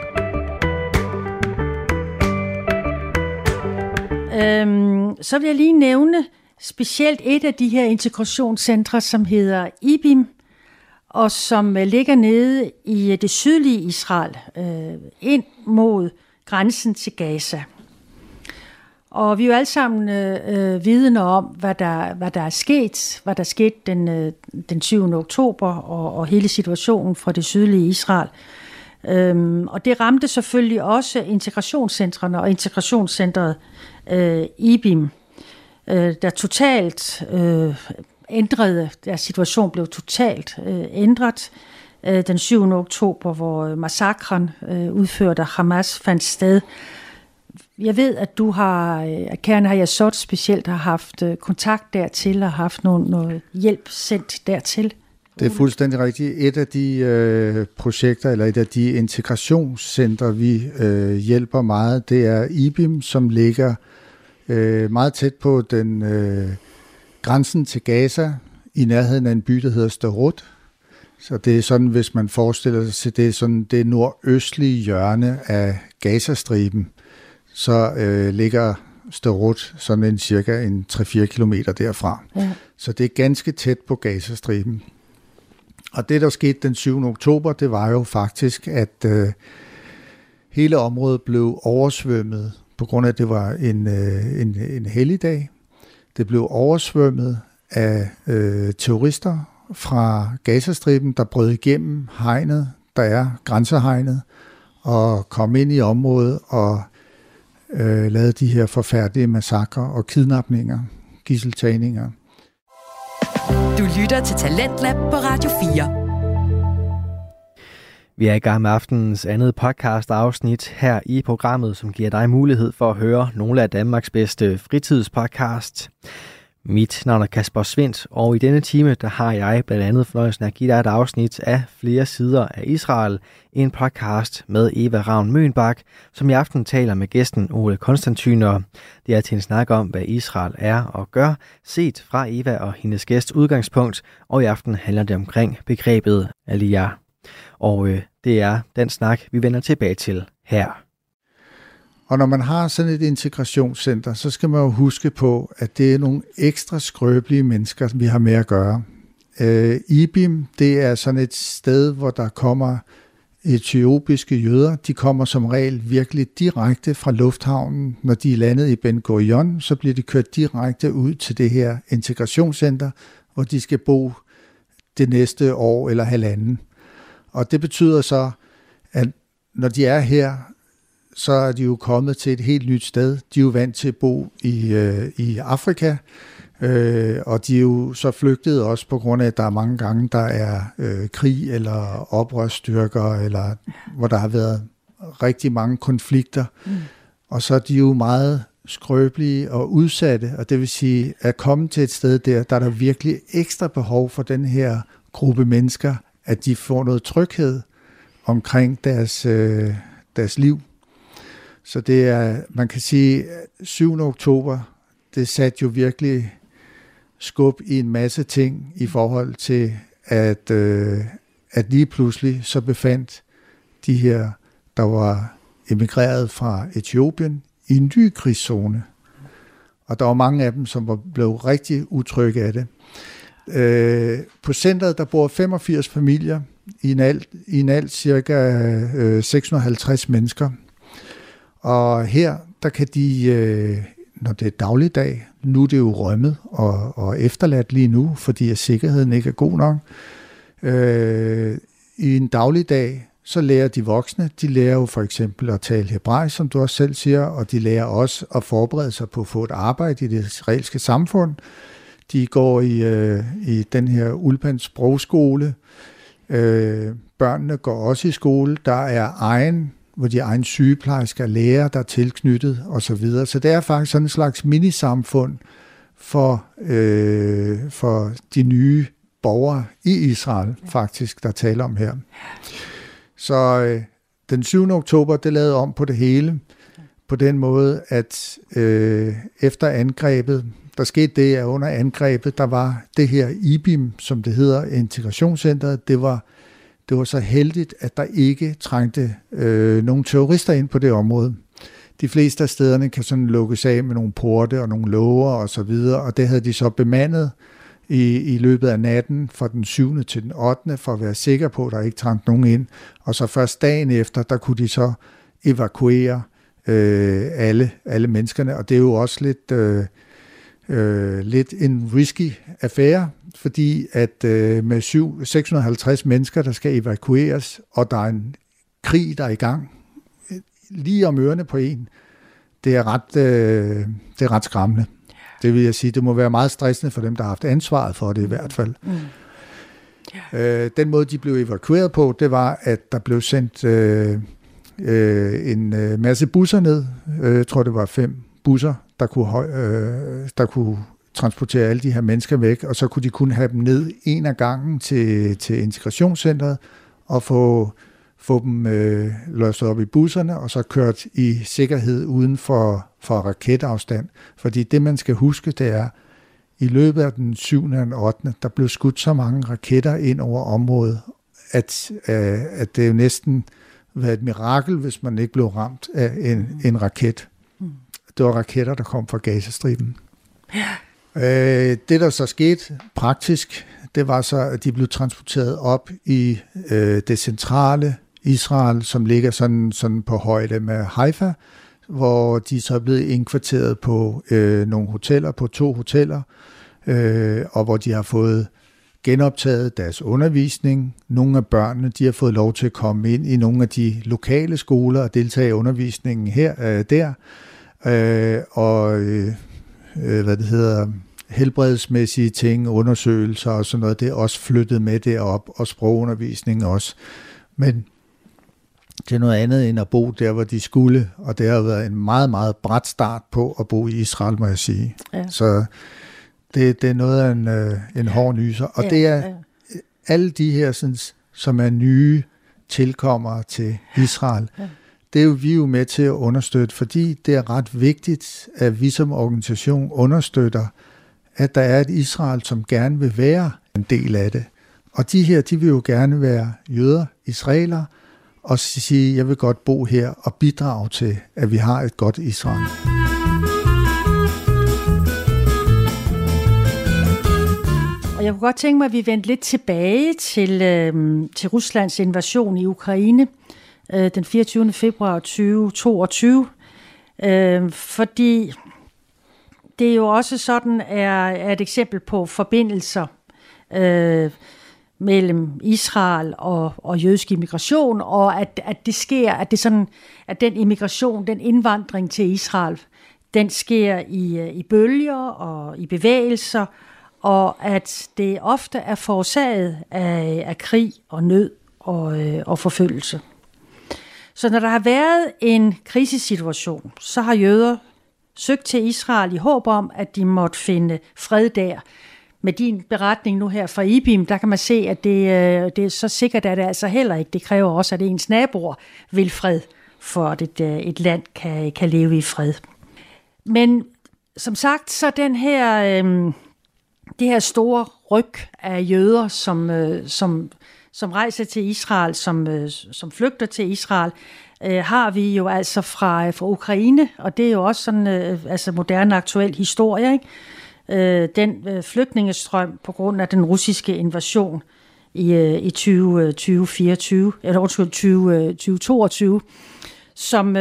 Så vil jeg lige nævne specielt et af de her integrationscentre, som hedder IBIM, og som ligger nede i det sydlige Israel, ind mod grænsen til Gaza. Og vi er jo alle sammen vidne om, hvad der er sket den 7. oktober, og hele situationen fra det sydlige Israel. Og det ramte selvfølgelig også integrationscentrene og integrationscentret IBIM, der totalt ændrede, deres situation blev totalt ændret den 7. oktober, hvor massakren udført af Hamas fandt sted. Jeg ved, at du at Keren Hayasot specielt har haft kontakt dertil og haft noget hjælp sendt dertil. Det er fuldstændig rigtigt. Et af de projekter, eller et af de integrationscentre, vi hjælper meget, det er IBIM, som ligger meget tæt på den grænsen til Gaza i nærheden af en by, der hedder Sderot. Så det er sådan, hvis man forestiller sig, det er sådan det nordøstlige hjørne af Gazastriben, så ligger Sderot sådan en cirka 3-4 kilometer derfra. Ja. Så det er ganske tæt på Gazastriben. Og det, der skete den 7. oktober, det var jo faktisk, at hele området blev oversvømmet, på grund af, at det var en helligdag. Det blev oversvømmet af terrorister fra Gazastriben, der brød igennem hegnet, der er grænsehegnet, og kom ind i området og lavede de her forfærdelige massakrer og kidnapninger, gidseltagninger. Du lytter til Talentlab på Radio 4. Vi er i gang med aftenens andet podcast-afsnit her i programmet, som giver dig mulighed for at høre nogle af Danmarks bedste fritidspodcasts. Mit navn er Kasper Svindt, og i denne time der har jeg blandt andet fornøjelsen at give dig et afsnit af Flere sider af Israel, en podcast med Eva Ravn Mønbak, som i aften taler med gæsten Ole Konstantyner. Det er til en snak om, hvad Israel er og gør, set fra Eva og hendes gæst udgangspunkt, og i aften handler det omkring begrebet aliyah. Og det er den snak, vi vender tilbage til her. Og når man har sådan et integrationscenter, så skal man jo huske på, at det er nogle ekstra skrøbelige mennesker, vi har med at gøre. IBIM, det er sådan et sted, hvor der kommer etiopiske jøder. De kommer som regel virkelig direkte fra lufthavnen. Når de er landet i Ben Gurion, så bliver de kørt direkte ud til det her integrationscenter, hvor de skal bo det næste år eller halvanden. Og det betyder så, at når de er her, så er de jo kommet til et helt nyt sted. De er jo vant til at bo i Afrika, og de er jo så flygtet også på grund af, at der er mange gange, der er krig eller oprørsstyrker, eller hvor der har været rigtig mange konflikter. Og så er de jo meget skrøbelige og udsatte, og det vil sige, at komme til et sted der er der virkelig ekstra behov for den her gruppe mennesker, at de får noget tryghed omkring deres liv. Så det er, man kan sige, 7. oktober, det satte jo virkelig skub i en masse ting i forhold til, at lige pludselig så befandt de her, der var emigreret fra Etiopien, i en ny krigszone. Og der var mange af dem, som blev rigtig utrygge af det. På centret, der bor 85 familier, i en alt cirka 650 mennesker. Og her, der kan de, når det er dagligdag, nu er det jo rømmet og efterladt lige nu, fordi sikkerheden ikke er god nok. I en dagligdag, så lærer de voksne, de lærer jo for eksempel at tale hebraisk, som du også selv siger, og de lærer også at forberede sig på at få et arbejde i det israelske samfund. De går i den her Ulpan sprogskole. Børnene går også i skole. Der er hvor de egen sygeplejersker, lærer, der er tilknyttet osv. Så det er faktisk sådan en slags minisamfund for de nye borgere i Israel, faktisk, der taler om her. Så den 7. oktober, det lavede om på det hele, på den måde, at efter angrebet, der skete det, at under angrebet, der var det her IBIM, som det hedder, integrationscenteret, det var så heldigt, at der ikke trængte nogle terrorister ind på det område. De fleste af stederne kan sådan lukkes af med nogle porte og nogle låger og så videre, og det havde de så bemandet i løbet af natten fra den 7. til den 8. for at være sikker på, at der ikke trængte nogen ind. Og så først dagen efter, der kunne de så evakuere alle menneskerne, og det er jo også lidt en risky affære, fordi at med 650 mennesker, der skal evakueres, og der er en krig, der er i gang, lige om ørerne på en, det er ret skræmmende. Det vil jeg sige, det må være meget stressende for dem, der har haft ansvaret for det i hvert fald. Den måde, de blev evakueret på, det var, at der blev sendt en masse busser ned. Jeg tror, det var 5 busser, der kunne transportere alle de her mennesker væk, og så kunne de kun have dem ned en af gangen til integrationscentret, og få dem løst op i busserne, og så kørt i sikkerhed uden for raketafstand. Fordi det, man skal huske, det er, i løbet af den 7. og den 8. der blev skudt så mange raketter ind over området, at det jo næsten var et mirakel, hvis man ikke blev ramt af en raket. Det var raketter, der kom fra Gazastriben. Det, der så skete praktisk, det var så, at de blev transporteret op i det centrale Israel, som ligger sådan på højde med Haifa, hvor de så er blevet indkvarteret på nogle hoteller, på 2 hoteller, og hvor de har fået genoptaget deres undervisning. Nogle af børnene, de har fået lov til at komme ind i nogle af de lokale skoler og deltage i undervisningen der. Helbredsmæssige ting, undersøgelser og sådan noget, det er også flyttet med derop, og sprogundervisning også. Men det er noget andet end at bo der, hvor de skulle, og det har været en meget, meget brat start på at bo i Israel, må jeg sige. Ja. Så det er noget af en hård nyser, og det er alle de her, sådan, som er nye tilkommere til Israel. Ja. Det er jo vi jo med til at understøtte, fordi det er ret vigtigt, at vi som organisation understøtter, at der er et Israel, som gerne vil være en del af det. Og de her, de vil jo gerne være jøder, israelere, og sige, jeg vil godt bo her og bidrage til, at vi har et godt Israel. Og jeg kunne godt tænke mig, at vi vendte lidt tilbage til Ruslands invasion i Ukraine den 24. februar 2022, fordi det jo også sådan er et eksempel på forbindelser mellem Israel og jødisk immigration, og at det sker, at den immigration, den indvandring til Israel, den sker i bølger og i bevægelser, og at det ofte er forårsaget af krig og nød og forfølgelse. Så når der har været en krisesituation, så har jøder søgt til Israel i håb om, at de måtte finde fred der. Med din beretning nu her fra IBIM, der kan man se, at det er så sikkert, at det altså heller ikke. Det kræver også, at ens naboer vil fred, for at et land kan leve i fred. Men som sagt, så det her store ryg af jøder, som rejser til Israel, som flygter til Israel, har vi jo altså fra Ukraine, og det er jo også sådan moderne aktuel historie, ikke? Den flygtningestrøm på grund af den russiske invasion i 2022, som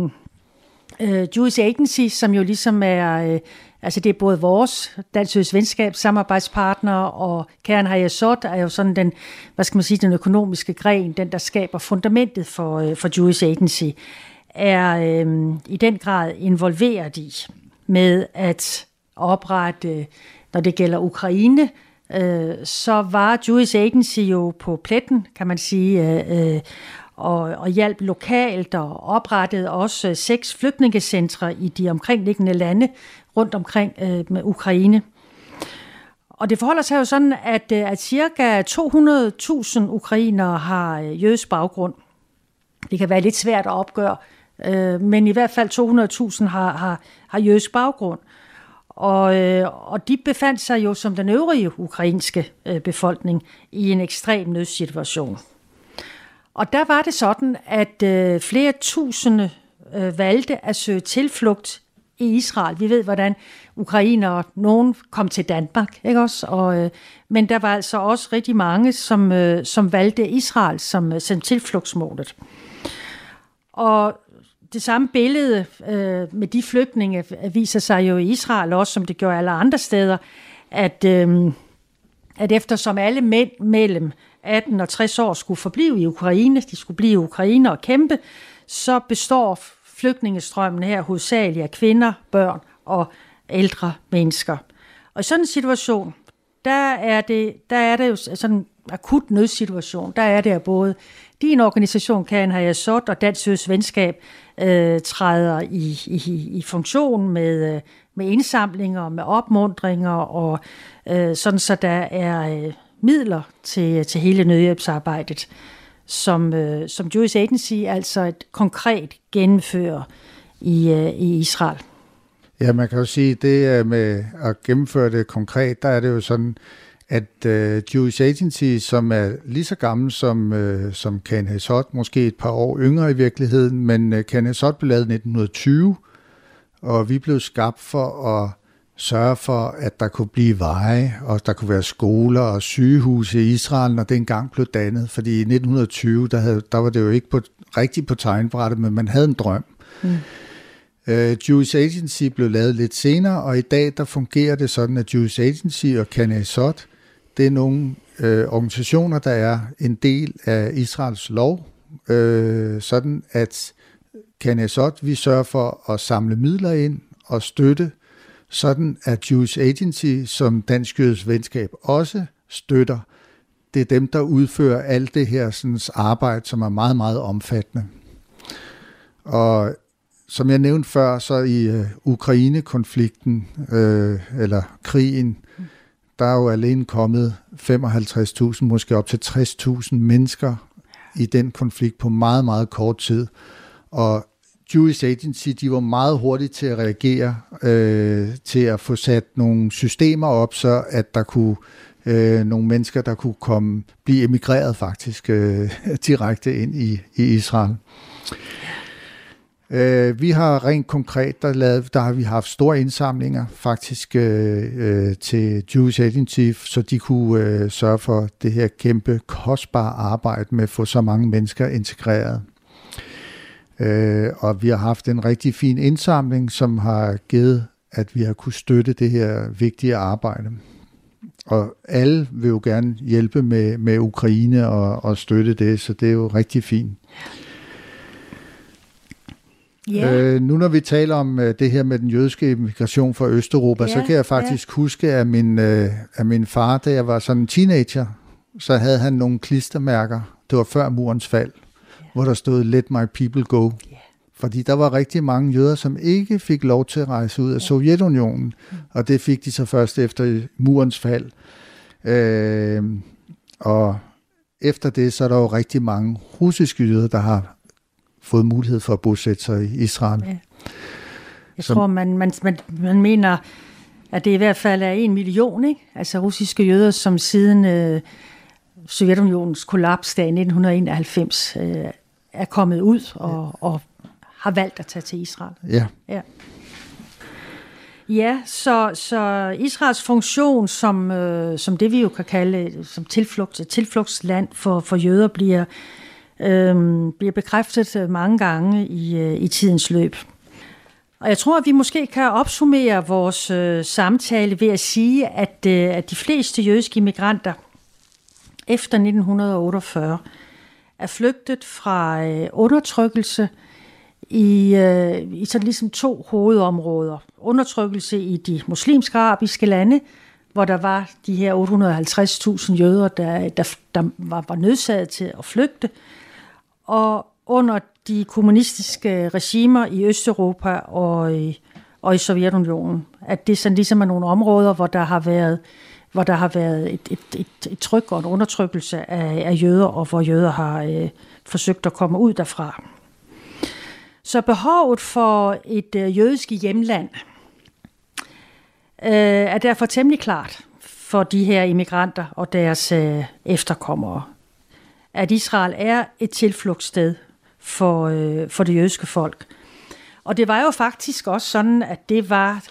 Jewish Agency, som jo ligesom er, det er både vores Dansk-Jødisk Venskab samarbejdspartner, og Keren Hayesod er jo sådan den, den økonomiske gren, den der skaber fundamentet for Jewish Agency, er i den grad involveret i med at oprette, når det gælder Ukraine, så var Jewish Agency jo på pletten, kan man sige, og hjalp lokalt og oprettede også 6 flygtningecentre i de omkringliggende lande rundt omkring med Ukraine. Og det forholder sig jo sådan, at cirka 200.000 ukrainere har jødisk baggrund. Det kan være lidt svært at opgøre, men i hvert fald 200.000 har jødisk baggrund. Og de befandt sig jo som den øvrige ukrainske befolkning i en ekstrem nødsituation. Og der var det sådan, at flere tusinde valgte at søge tilflugt i Israel. Vi ved, hvordan ukrainere, nogen kom til Danmark, ikke også? Men der var altså også rigtig mange, som valgte Israel som tilflugtsmålet. Og det samme billede med de flygtninge viser sig jo i Israel også, som det gør alle andre steder, at eftersom alle mænd mellem 18 og 60 år skulle forblive i Ukraine, de skulle blive i Ukraine og kæmpe, så består flygtningestrømmen her hovedsageligt af kvinder, børn og ældre mennesker. Og i sådan en situation, der er det jo sådan en akut nødsituation. Der er det, at både din organisation, Keren Hayesod, og Dansk-Jødisk Venskab træder i funktion med indsamlinger, med opmuntringer, og sådan så der er midler til hele nødhjælpsarbejdet, som Jewish Agency altså et konkret gennemfører i Israel. Ja, man kan jo sige, det med at gennemføre det konkret, der er det jo sådan, at Jewish Agency, som er lige så gammel som Ken Hesod, måske et par år yngre i virkeligheden, men Ken Hesod blev lavet i 1920, og vi blev skabt for at sørge for, at der kunne blive veje, og der kunne være skoler og sygehuse i Israel, når det engang blev dannet. Fordi i 1920, der var det jo ikke rigtigt på tegnbrættet, men man havde en drøm. Jewish Agency blev lavet lidt senere, og i dag der fungerer det sådan, at Jewish Agency og Ken Hesod, det er nogle organisationer, der er en del af Israels lov, sådan at Ken Hesod, vi sørger for at samle midler ind og støtte, sådan at Jewish Agency, som Dansk Jødisk Venskab også støtter, det er dem, der udfører alt det her sådan, arbejde, som er meget, meget omfattende. Og som jeg nævnte før, så i Ukraine-konflikten, eller krigen, der er jo alene kommet 55.000, måske op til 60.000 mennesker i den konflikt på meget, meget kort tid. Og Jewish Agency, de var meget hurtige til at reagere, til at få sat nogle systemer op, så at der kunne nogle mennesker, der kunne blive emigreret faktisk direkte ind i Israel. Vi har rent konkret, der har vi haft store indsamlinger faktisk til Jewish Agency, så de kunne sørge for det her kæmpe kostbare arbejde med at få så mange mennesker integreret. Og vi har haft en rigtig fin indsamling, som har givet, at vi har kunne støtte det her vigtige arbejde. Og alle vil jo gerne hjælpe med Ukraine og støtte det, så det er jo rigtig fint. Yeah. Nu når vi taler om det her med den jødiske immigration fra Østeuropa, så kan jeg faktisk huske, at min far, da jeg var sådan en teenager, så havde han nogle klistermærker. Det var før murens fald, hvor der stod "Let my people go". Fordi der var rigtig mange jøder, som ikke fik lov til at rejse ud af Sovjetunionen, og det fik de så først efter murens fald. Og efter det, så er der jo rigtig mange russiske jøder, der har fået mulighed for at bosætte sig i Israel. Ja. Jeg tror, man mener, at det i hvert fald er 1 million, ikke? Altså russiske jøder, som siden Sovjetunionens kollaps der i 1991 er kommet ud og har valgt at tage til Israel. Ja. Ja, så Israels funktion som det vi jo kan kalde som tilflugtsland for jøder bliver bekræftet mange gange i tidens løb. Og jeg tror, at vi måske kan opsummere vores samtale ved at sige, at de fleste jødiske immigranter efter 1948 er flygtet fra undertrykkelse i sådan ligesom 2 hovedområder. Undertrykkelse i de muslimske arabiske lande, hvor der var de her 850.000 jøder, der var nødsaget til at flygte, og under de kommunistiske regimer i Østeuropa og i Sovjetunionen. At det sådan ligesom er nogle områder, hvor der har været et tryk og en undertrykkelse af jøder, og hvor jøder har forsøgt at komme ud derfra. Så behovet for et jødisk hjemland er derfor temmelig klart for de her immigranter og deres efterkommere. At Israel er et tilflugtssted for det jødiske folk. Og det var jo faktisk også sådan, at det var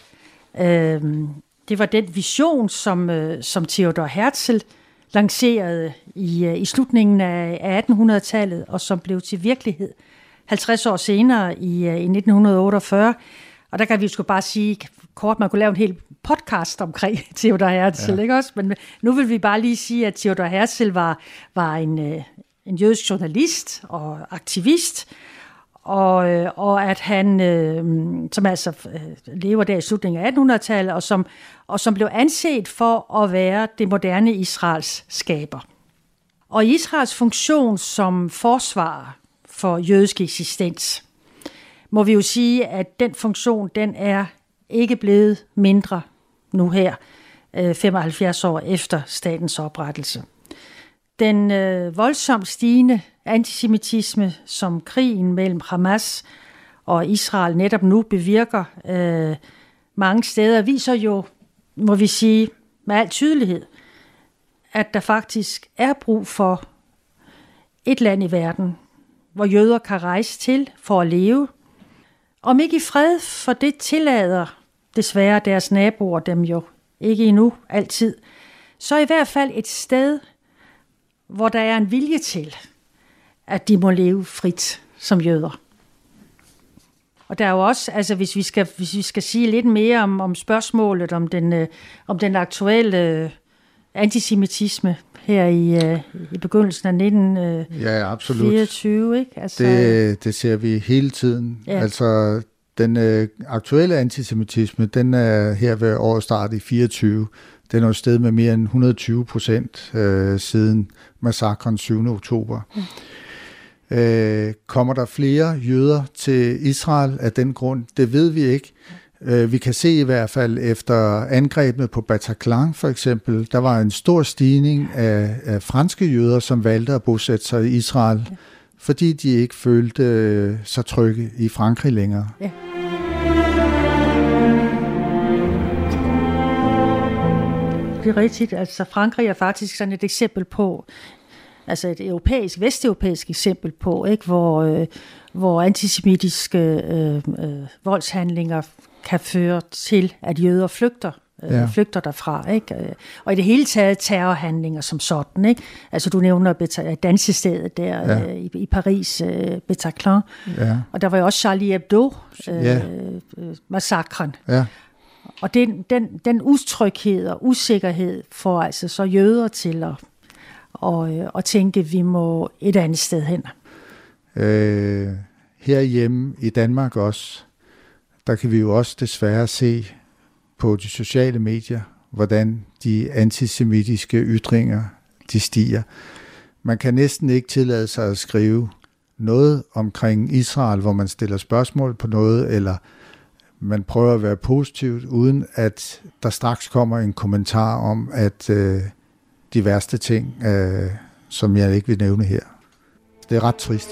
den vision, som Theodor Herzl lancerede i slutningen af 1800-tallet, og som blev til virkelighed 50 år senere i 1948. Og der kan vi jo bare sige kort, man kunne lave en hel podcast omkring Theodor Herzl, ikke også? Men nu vil vi bare lige sige, at Theodor Herzl var en jødisk journalist og aktivist, og at han, som altså lever der i slutningen af 1800-tallet, og som blev anset for at være det moderne Israels skaber. Og Israels funktion som forsvarer for jødisk eksistens, må vi jo sige, at den funktion, den er ikke blevet mindre nu her, 75 år efter statens oprettelse. Den voldsomt stigende antisemitisme, som krigen mellem Hamas og Israel netop nu bevirker, mange steder viser jo, må vi sige, med al tydelighed, at der faktisk er brug for et land i verden, hvor jøder kan rejse til for at leve. Om ikke i fred, for det tillader desværre deres naboer dem jo ikke endnu altid, så i hvert fald et sted, hvor der er en vilje til, at de må leve frit som jøder. Og der er jo også, altså hvis vi skal sige lidt mere om spørgsmålet om den aktuelle antisemitisme her i begyndelsen af 1924, ikke? Altså, det ser vi hele tiden. Ja. Altså den aktuelle antisemitisme, den er her ved årets start i 24. Den er jo steget med mere end 120% siden massakren 7. oktober. Ja. Kommer der flere jøder til Israel af den grund? Det ved vi ikke. Vi kan se i hvert fald efter angrebene på Bataclan for eksempel, der var en stor stigning af franske jøder, som valgte at bosætte sig i Israel, fordi de ikke følte sig trygge i Frankrig længere. Ja. Det er rigtigt. Altså Frankrig er faktisk sådan et eksempel på, altså et vesteuropæisk eksempel på, ikke, hvor antisemitiske voldshandlinger kan føre til, at jøder flygter derfra, ikke? Og i det hele taget terrorhandlinger som sådan, ikke? Altså du nævner dansestedet der i Paris, Bataclan, og der var jo også Charlie Hebdo massakren. Ja. Og den utryghed og usikkerhed får altså så jøder til at tænke, vi må et andet sted hen. Herhjemme i Danmark også, der kan vi jo også desværre se på de sociale medier, hvordan de antisemitiske ytringer, de stiger. Man kan næsten ikke tillade sig at skrive noget omkring Israel, hvor man stiller spørgsmål på noget, eller man prøver at være positivt, uden at der straks kommer en kommentar om, at de værste ting, som jeg ikke vil nævne her. Det er ret trist.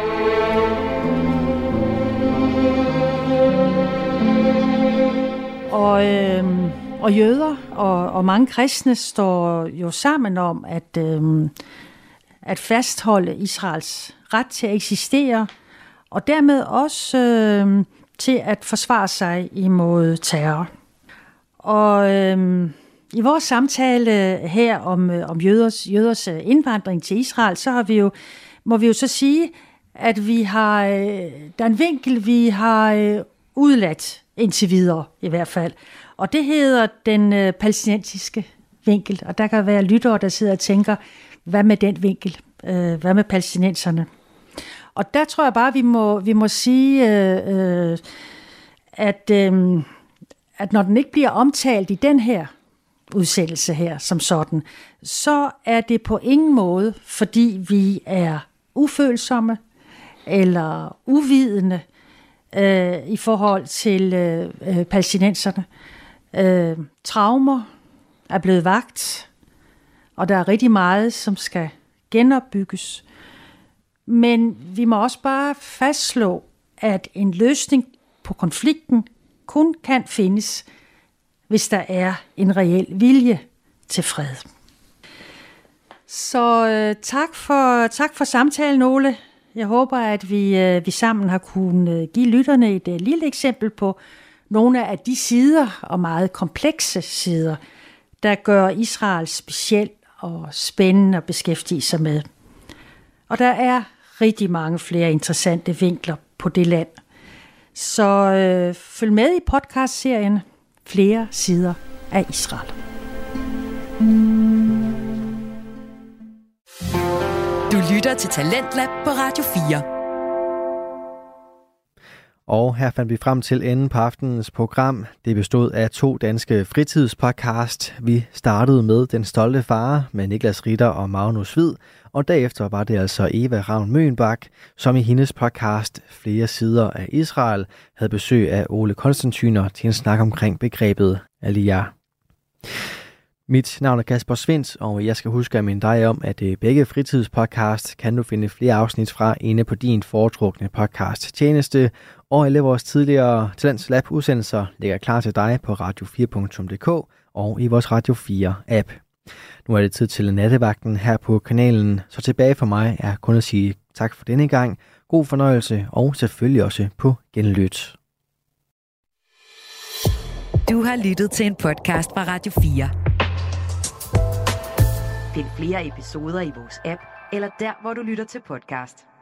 Og jøder og mange kristne står jo sammen om at fastholde Israels ret til at eksistere, og dermed også til at forsvare sig imod terror. Og i vores samtale her om jøders indvandring til Israel, så må vi jo så sige, at der er en vinkel, vi har udladt indtil videre i hvert fald. Og det hedder den palæstinensiske vinkel. Og der kan være lyttere, der sidder og tænker, hvad med den vinkel? Hvad med palæstinenserne? Og der tror jeg bare, vi må sige, at når den ikke bliver omtalt i den her udsættelse her som sådan, så er det på ingen måde, fordi vi er ufølsomme eller uvidende i forhold til palæstinenserne. Traumer er blevet vakt, og der er rigtig meget, som skal genopbygges. Men vi må også bare fastslå, at en løsning på konflikten kun kan findes, hvis der er en reel vilje til fred. Så tak for samtalen, Ole. Jeg håber, at vi sammen har kunnet give lytterne et lille eksempel på nogle af de sider, og meget komplekse sider, der gør Israel speciel og spændende at beskæftige sig med. Og der er rigtig mange flere interessante vinkler på det land. Så følg med i podcastserien Flere sider af Israel. Du lytter til Talentlab på Radio 4. Og her fandt vi frem til enden på aftenens program. Det bestod af 2 danske fritidspodcast. Vi startede med Den Stolte Far med Niklas Ritter og Magnus Hvid, og derefter var det altså Eva Ravn Møhenbak, som i hendes podcast Flere sider af Israel havde besøg af Ole Konstantyner til en snak omkring begrebet Aliyah. Mit navn er Kasper Svinds, og jeg skal huske at minde dig om, at begge fritidspodcast kan du finde flere afsnit fra inde på din foretrukne podcast tjeneste, Og alle vores tidligere Talents Lab udsendelser ligger klar til dig på radio4.dk og i vores Radio 4-app. Nu er det tid til nattevagten her på kanalen, så tilbage for mig er kun at sige tak for denne gang, god fornøjelse og selvfølgelig også på genlyt. Du har lyttet til en podcast fra Radio 4. Find flere episoder i vores app, eller der, hvor du lytter til podcast.